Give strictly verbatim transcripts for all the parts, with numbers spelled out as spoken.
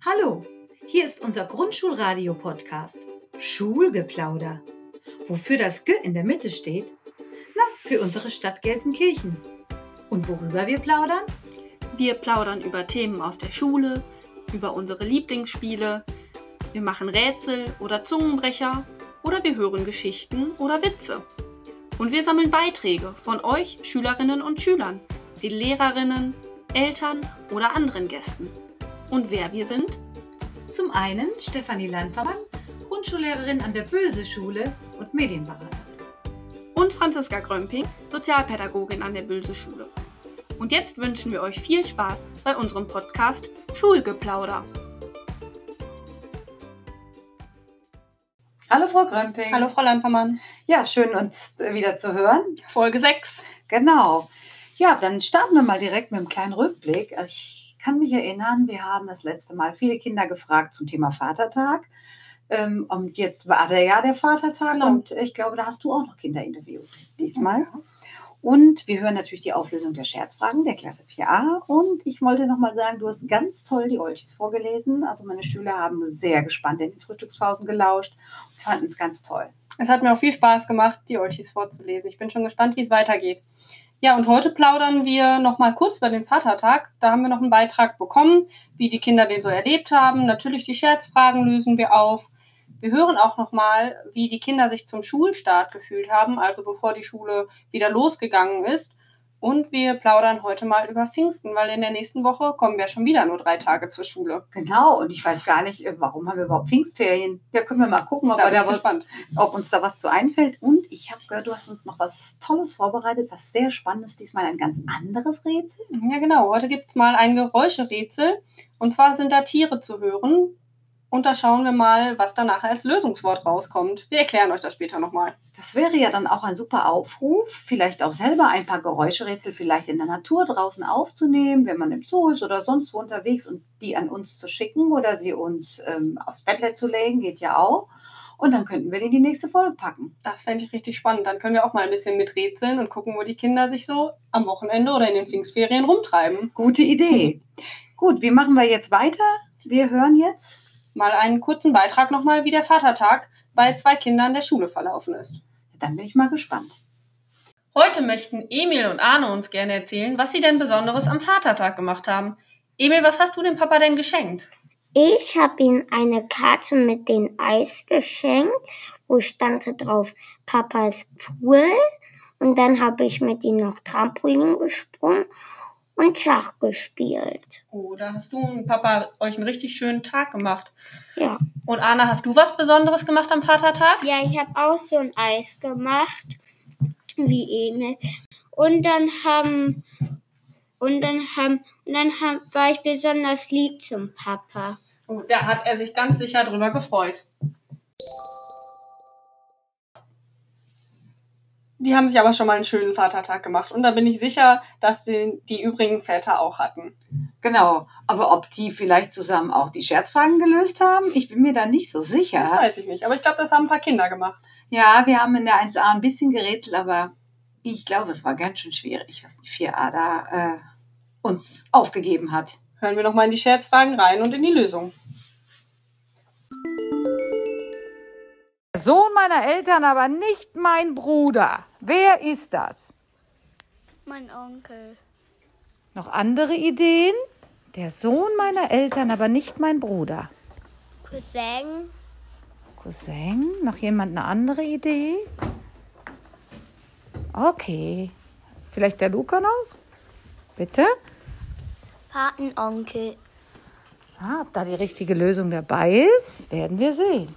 Hallo, hier ist unser Grundschulradio-Podcast Schulgeplauder. Wofür das G in der Mitte steht? Na, für unsere Stadt Gelsenkirchen. Und worüber wir plaudern? Wir plaudern über Themen aus der Schule, über unsere Lieblingsspiele, wir machen Rätsel oder Zungenbrecher oder wir hören Geschichten oder Witze. Und wir sammeln Beiträge von euch, Schülerinnen und Schülern, den Lehrerinnen, Eltern oder anderen Gästen. Und wer wir sind? Zum einen Stefanie Landvermann, Grundschullehrerin an der Bülse-Schule und Medienberaterin. Und Franziska Grömping, Sozialpädagogin an der Bülse-Schule. Und jetzt wünschen wir euch viel Spaß bei unserem Podcast Schulgeplauder. Hallo Frau Grömping. Hallo Frau Landvermann. Ja, schön uns wieder zu hören. Folge sechs. Genau. Ja, dann starten wir mal direkt mit einem kleinen Rückblick. Also ich Ich kann mich erinnern, wir haben das letzte Mal viele Kinder gefragt zum Thema Vatertag. Ähm, und jetzt war der ja der Vatertag Genau. Und ich glaube, da hast du auch noch Kinder interviewt diesmal. Und wir hören natürlich die Auflösung der Scherzfragen der Klasse vier a. Und ich wollte nochmal sagen, du hast ganz toll die Olchis vorgelesen. Also meine Schüler haben sehr gespannt in den Frühstückspausen gelauscht und fanden es ganz toll. Es hat mir auch viel Spaß gemacht, die Olchis vorzulesen. Ich bin schon gespannt, wie es weitergeht. Ja, und heute plaudern wir noch mal kurz über den Vatertag. Da haben wir noch einen Beitrag bekommen, wie die Kinder den so erlebt haben. Natürlich die Scherzfragen lösen wir auf. Wir hören auch noch mal, wie die Kinder sich zum Schulstart gefühlt haben, also bevor die Schule wieder losgegangen ist. Und wir plaudern heute mal über Pfingsten, weil in der nächsten Woche kommen wir schon wieder nur drei Tage zur Schule. Genau, und ich weiß gar nicht, warum haben wir überhaupt Pfingstferien? Ja, können wir mal gucken, ob, Da wir bin da ich was, gespannt. ob uns da was zu einfällt. Und ich habe gehört, du hast uns noch was Tolles vorbereitet, was sehr Spannendes, diesmal ein ganz anderes Rätsel. Ja, genau. Heute gibt es mal ein Geräuscherätsel. Und zwar sind da Tiere zu hören. Und da schauen wir mal, was danach als Lösungswort rauskommt. Wir erklären euch das später nochmal. Das wäre ja dann auch ein super Aufruf, vielleicht auch selber ein paar Geräuscherätsel vielleicht in der Natur draußen aufzunehmen, wenn man im Zoo ist oder sonst wo unterwegs und die an uns zu schicken oder sie uns ähm, aufs Bettlet zu legen, geht ja auch. Und dann könnten wir die in die nächste Folge packen. Das fände ich richtig spannend. Dann können wir auch mal ein bisschen miträtseln und gucken, wo die Kinder sich so am Wochenende oder in den Pfingstferien rumtreiben. Gute Idee. Gut, wie machen wir jetzt weiter? Wir hören jetzt mal einen kurzen Beitrag nochmal, wie der Vatertag bei zwei Kindern der Schule verlaufen ist. Dann bin ich mal gespannt. Heute möchten Emil und Arne uns gerne erzählen, was sie denn Besonderes am Vatertag gemacht haben. Emil, was hast du dem Papa denn geschenkt? Ich habe ihm eine Karte mit dem Eis geschenkt, wo stand drauf Papas Pool. Und dann habe ich mit ihm noch Trampolin gesprungen und Schach gespielt. Oh, da hast du und Papa euch einen richtig schönen Tag gemacht. Ja. Und Anna, hast du was Besonderes gemacht am Vatertag? Ja, ich habe auch so ein Eis gemacht, wie Emil. Und dann haben und dann haben und dann haben, war ich besonders lieb zum Papa. Oh, da hat er sich ganz sicher drüber gefreut. Die haben sich aber schon mal einen schönen Vatertag gemacht. Und da bin ich sicher, dass die, die übrigen Väter auch hatten. Genau, aber ob die vielleicht zusammen auch die Scherzfragen gelöst haben, ich bin mir da nicht so sicher. Das weiß ich nicht, aber ich glaube, das haben ein paar Kinder gemacht. Ja, wir haben in der eins a ein bisschen gerätselt, aber ich glaube, es war ganz schön schwierig, was die vier a da äh, uns aufgegeben hat. Hören wir noch mal in die Scherzfragen rein und in die Lösung. Der Sohn meiner Eltern, aber nicht mein Bruder. Wer ist das? Mein Onkel. Noch andere Ideen? Der Sohn meiner Eltern, aber nicht mein Bruder. Cousin. Cousin? Noch jemand eine andere Idee? Okay. Vielleicht der Luca noch? Bitte? Patenonkel. Ah, ob da die richtige Lösung dabei ist, werden wir sehen.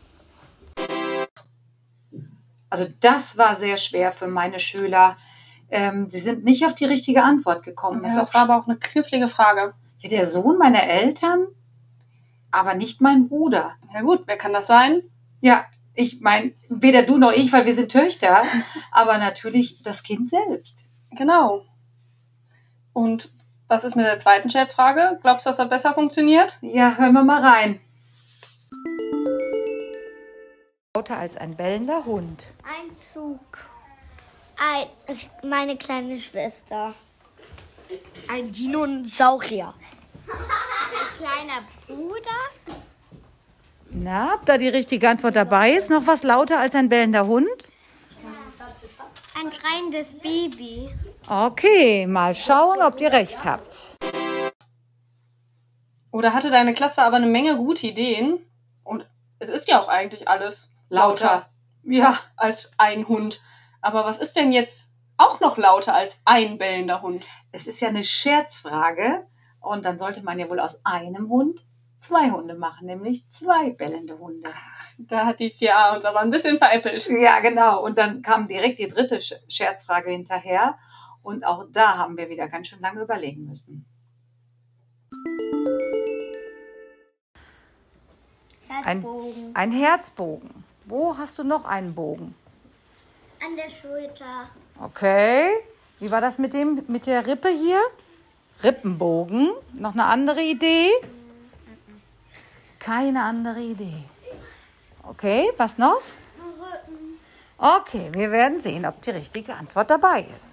Also das war sehr schwer für meine Schüler. Ähm, sie sind nicht auf die richtige Antwort gekommen. Ja, das war aber auch eine knifflige Frage. Ja, der Sohn meiner Eltern, aber nicht mein Bruder. Ja gut, wer kann das sein? Ja, ich meine, weder du noch ich, weil wir sind Töchter, aber natürlich das Kind selbst. Genau. Und was ist mit der zweiten Scherzfrage? Glaubst du, das hat besser funktioniert? Ja, hören wir mal rein. Lauter als ein bellender Hund. Ein Zug. Ein, meine kleine Schwester. Ein Dinosaurier. kleiner Bruder. Na, ob da die richtige Antwort dabei ist? Noch was lauter als ein bellender Hund? Ein schreiendes Baby. Okay, mal schauen, ob ihr recht habt. Oder hatte deine Klasse aber eine Menge gute Ideen? Und es ist ja auch eigentlich alles lauter, Lauter. Ja. als ein Hund. Aber was ist denn jetzt auch noch lauter als ein bellender Hund? Es ist ja eine Scherzfrage und dann sollte man ja wohl aus einem Hund zwei Hunde machen, nämlich zwei bellende Hunde. Da hat die vier a uns aber ein bisschen veräppelt. Ja, genau. Und dann kam direkt die dritte Sch- Scherzfrage hinterher und auch da haben wir wieder ganz schön lange überlegen müssen. Ein, Herzbogen. ein Herzbogen. Wo hast du noch einen Bogen? An der Schulter. Okay. Wie war das mit dem, mit der Rippe hier? Rippenbogen. Noch eine andere Idee? Keine andere Idee. Okay, was noch? Okay, wir werden sehen, ob die richtige Antwort dabei ist.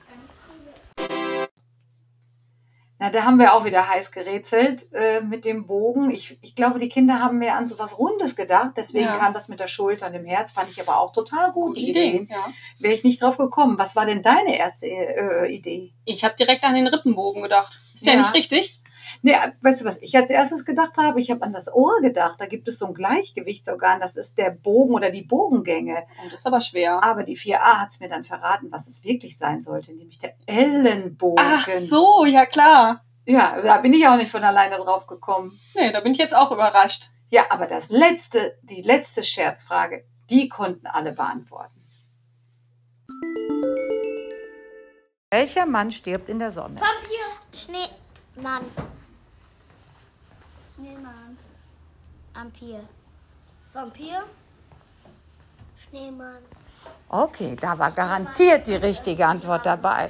Na, da haben wir auch wieder heiß gerätselt äh, mit dem Bogen. Ich, ich glaube, die Kinder haben mehr an so was Rundes gedacht. Deswegen Ja. kam das mit der Schulter und dem Herz. Fand ich aber auch total gute, Gute Ideen. Ideen, ja. Wäre ich nicht drauf gekommen. Was war denn deine erste äh, Idee? Ich habe direkt an den Rippenbogen gedacht. Ist ja, Ja. nicht richtig? Nee, weißt du, was ich als erstes gedacht habe? Ich habe an das Ohr gedacht. Da gibt es so ein Gleichgewichtsorgan. Das ist der Bogen oder die Bogengänge. Oh, das ist aber schwer. Aber die vier a hat es mir dann verraten, was es wirklich sein sollte. Nämlich der Ellenbogen. Ach so, ja klar. Ja, da bin ich auch nicht von alleine drauf gekommen. Nee, da bin ich jetzt auch überrascht. Ja, aber das letzte, die letzte Scherzfrage, die konnten alle beantworten. Welcher Mann stirbt in der Sonne? Vampir. Schneemann. Schneemann. Vampir. Vampir. Schneemann. Okay, da war garantiert die richtige Antwort dabei.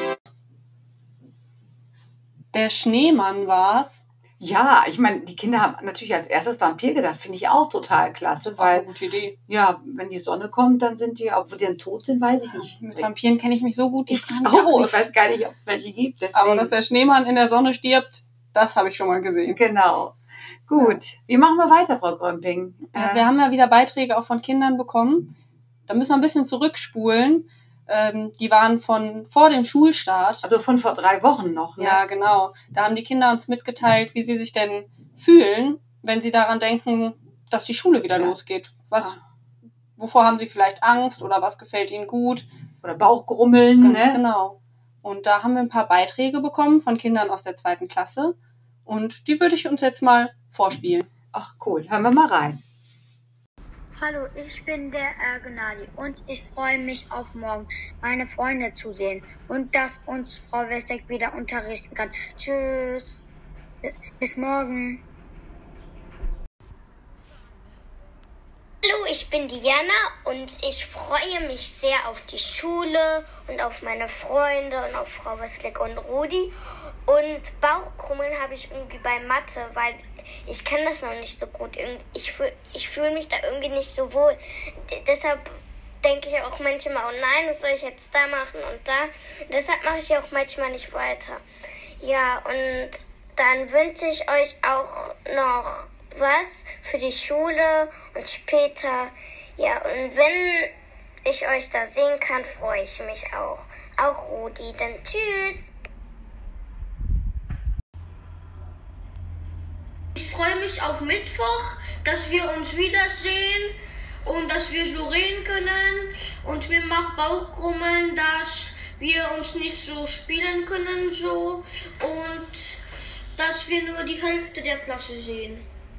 Der Schneemann war's. Ja, ich meine, die Kinder haben natürlich als erstes Vampir gedacht. Finde ich auch total klasse, War eine weil, gute Idee. ja, wenn die Sonne kommt, dann sind die, obwohl die dann tot sind, weiß ich nicht. Mit Vampiren kenne ich mich so gut Ich, nicht auch, aus. ich weiß gar nicht, ob es welche gibt. Deswegen. Aber dass der Schneemann in der Sonne stirbt, das habe ich schon mal gesehen. Genau. Gut. Wie machen wir weiter, Frau Grömping? Ja, wir haben ja wieder Beiträge auch von Kindern bekommen. Da müssen wir ein bisschen zurückspulen. Ähm, die waren von vor dem Schulstart. Also von vor drei Wochen noch, ne? Ja, genau. Da haben die Kinder uns mitgeteilt, wie sie sich denn fühlen, wenn sie daran denken, dass die Schule wieder Ja. losgeht. Was, wovor haben sie vielleicht Angst oder was gefällt ihnen gut? Oder Bauchgrummeln, Ganz ne? genau. Und da haben wir ein paar Beiträge bekommen von Kindern aus der zweiten Klasse. Und die würde ich uns jetzt mal vorspielen. Ach cool, hören wir mal rein. Hallo, ich bin der Ergenadi und ich freue mich auf morgen, meine Freunde zu sehen und dass uns Frau Westek wieder unterrichten kann. Tschüss, bis morgen. Hallo, ich bin Diana und ich freue mich sehr auf die Schule und auf meine Freunde und auf Frau Westek und Rudi. Und Bauchkrummeln habe ich irgendwie bei Mathe, weil ich kann das noch nicht so gut. Ich fühle ich fühl mich da irgendwie nicht so wohl. Deshalb denke ich auch manchmal, oh nein, was soll ich jetzt da machen und da. Und deshalb mache ich auch manchmal nicht weiter. Ja, und dann wünsche ich euch auch noch was für die Schule und später. Ja, und wenn ich euch da sehen kann, freue ich mich auch. Auch Rudi, dann tschüss. Ich freue mich auf Mittwoch, dass wir uns wiedersehen und dass wir so reden können. Und mir macht Bauchkrummeln, dass wir uns nicht so spielen können so und dass wir nur die Hälfte der Klasse sehen.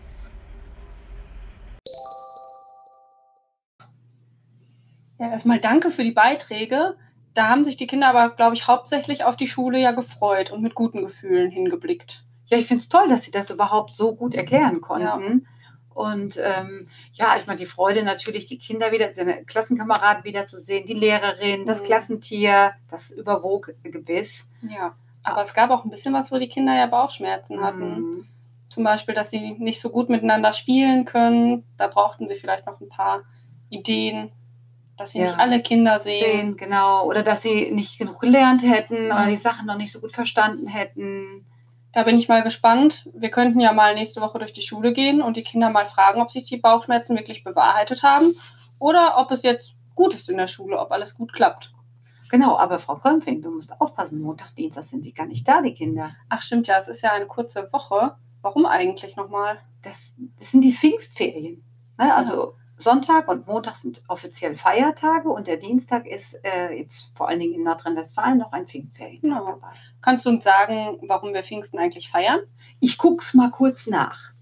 Ja, erstmal danke für die Beiträge. Da haben sich die Kinder aber, glaube ich, hauptsächlich auf die Schule ja gefreut und mit guten Gefühlen hingeblickt. Ja, ich finde es toll, dass sie das überhaupt so gut erklären konnten. Und ähm, ja, ich meine, die Freude natürlich, die Kinder wieder, seine Klassenkameraden wiederzusehen, die Lehrerin, das Mhm. Klassentier, das überwog gewiss. Ja, aber es gab auch ein bisschen was, wo die Kinder ja Bauchschmerzen hatten. Mhm. Zum Beispiel, dass sie nicht so gut miteinander spielen können. Da brauchten sie vielleicht noch ein paar Ideen, dass sie Ja. nicht alle Kinder sehen. Sehen, genau. Oder dass sie nicht genug gelernt hätten oder Mhm. die Sachen noch nicht so gut verstanden hätten. Da bin ich mal gespannt. Wir könnten ja mal nächste Woche durch die Schule gehen und die Kinder mal fragen, ob sich die Bauchschmerzen wirklich bewahrheitet haben oder ob es jetzt gut ist in der Schule, ob alles gut klappt. Genau, aber Frau Krömping, du musst aufpassen. Montag, Dienstag sind sie gar nicht da, die Kinder. Ach stimmt, ja, es ist ja eine kurze Woche. Warum eigentlich nochmal? Das, das sind die Pfingstferien. Ne? Also Sonntag und Montag sind offiziell Feiertage und der Dienstag ist äh, jetzt vor allen Dingen in Nordrhein-Westfalen noch ein Pfingstferientag Genau. dabei. Kannst du uns sagen, warum wir Pfingsten eigentlich feiern? Ich guck's mal kurz nach.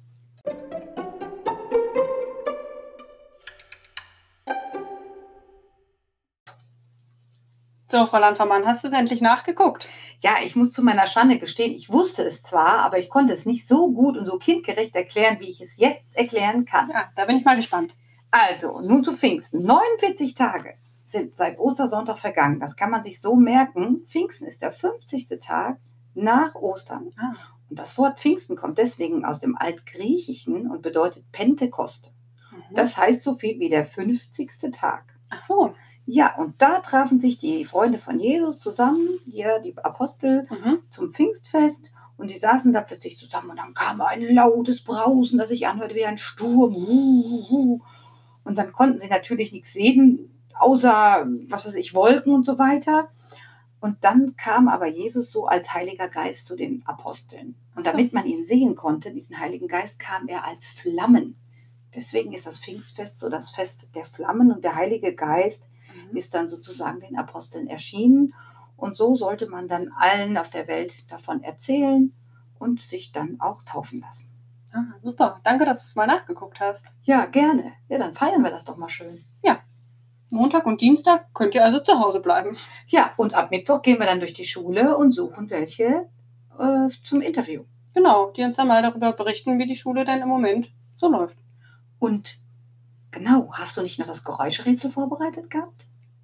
So, Frau Landvermann, hast du es endlich nachgeguckt? Ja, ich muss zu meiner Schande gestehen, ich wusste es zwar, aber ich konnte es nicht so gut und so kindgerecht erklären, wie ich es jetzt erklären kann. Ja, da bin ich mal gespannt. Also, nun zu Pfingsten. neunundvierzig Tage sind seit Ostersonntag vergangen. Das kann man sich so merken. Pfingsten ist der fünfzigste Tag nach Ostern. Ah. Und das Wort Pfingsten kommt deswegen aus dem Altgriechischen und bedeutet Pentekoste. Mhm. Das heißt so viel wie der fünfzigste Tag. Ach so. Ja, und da trafen sich die Freunde von Jesus zusammen, hier die Apostel, Mhm. zum Pfingstfest. Und sie saßen da plötzlich zusammen und dann kam ein lautes Brausen, das sich anhörte wie ein Sturm. Huhuhu. Und dann konnten sie natürlich nichts sehen, außer, was weiß ich, Wolken und so weiter. Und dann kam aber Jesus so als Heiliger Geist zu den Aposteln. Und Ach so. damit man ihn sehen konnte, diesen Heiligen Geist, kam er als Flammen. Deswegen ist das Pfingstfest so das Fest der Flammen und der Heilige Geist Mhm. ist dann sozusagen den Aposteln erschienen. Und so sollte man dann allen auf der Welt davon erzählen und sich dann auch taufen lassen. Ah, super. Danke, dass du es mal nachgeguckt hast. Ja, gerne. Ja, dann feiern wir das doch mal schön. Montag und Dienstag könnt ihr also zu Hause bleiben. Ja, und ab Mittwoch gehen wir dann durch die Schule und suchen welche äh, zum Interview. Genau, die uns dann mal darüber berichten, wie die Schule denn im Moment so läuft. Und genau, hast du nicht noch das Geräuschrätsel vorbereitet gehabt?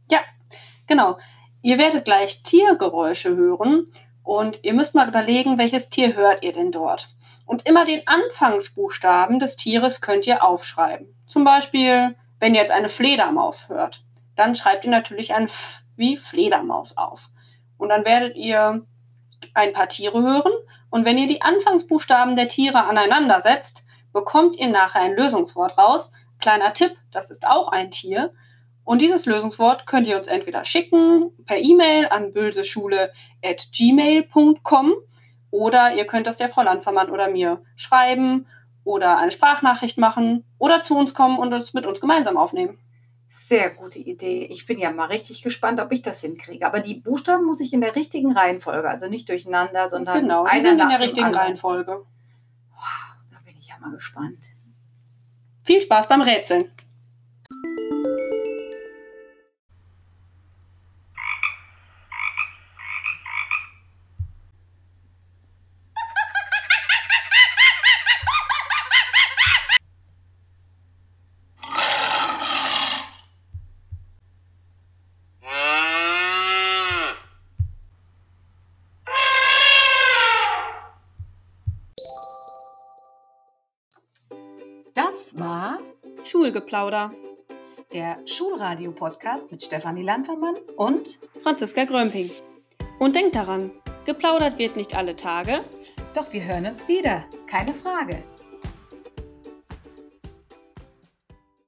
Genau. Ihr werdet gleich Tiergeräusche hören und ihr müsst mal überlegen, welches Tier hört ihr denn dort. Und immer den Anfangsbuchstaben des Tieres könnt ihr aufschreiben. Zum Beispiel, wenn ihr jetzt eine Fledermaus hört, dann schreibt ihr natürlich ein F wie Fledermaus auf. Und dann werdet ihr ein paar Tiere hören und wenn ihr die Anfangsbuchstaben der Tiere aneinander setzt, bekommt ihr nachher ein Lösungswort raus. Kleiner Tipp, das ist auch ein Tier. Und dieses Lösungswort könnt ihr uns entweder schicken per E-Mail an bülseschule at gmail punkt com oder ihr könnt das der Frau Landvermann oder mir schreiben oder eine Sprachnachricht machen oder zu uns kommen und es mit uns gemeinsam aufnehmen. Sehr gute Idee. Ich bin ja mal richtig gespannt, ob ich das hinkriege. Aber die Buchstaben muss ich in der richtigen Reihenfolge, also nicht durcheinander, sondern Genau, die einer sind in nach der dem richtigen anderen. Reihenfolge. Da bin ich ja mal gespannt. Viel Spaß beim Rätseln. Das war Schulgeplauder. der Schulradio-Podcast mit Stefanie Landvermann und Franziska Grömping. Und denkt daran, geplaudert wird nicht alle Tage. doch wir hören uns wieder. Keine Frage.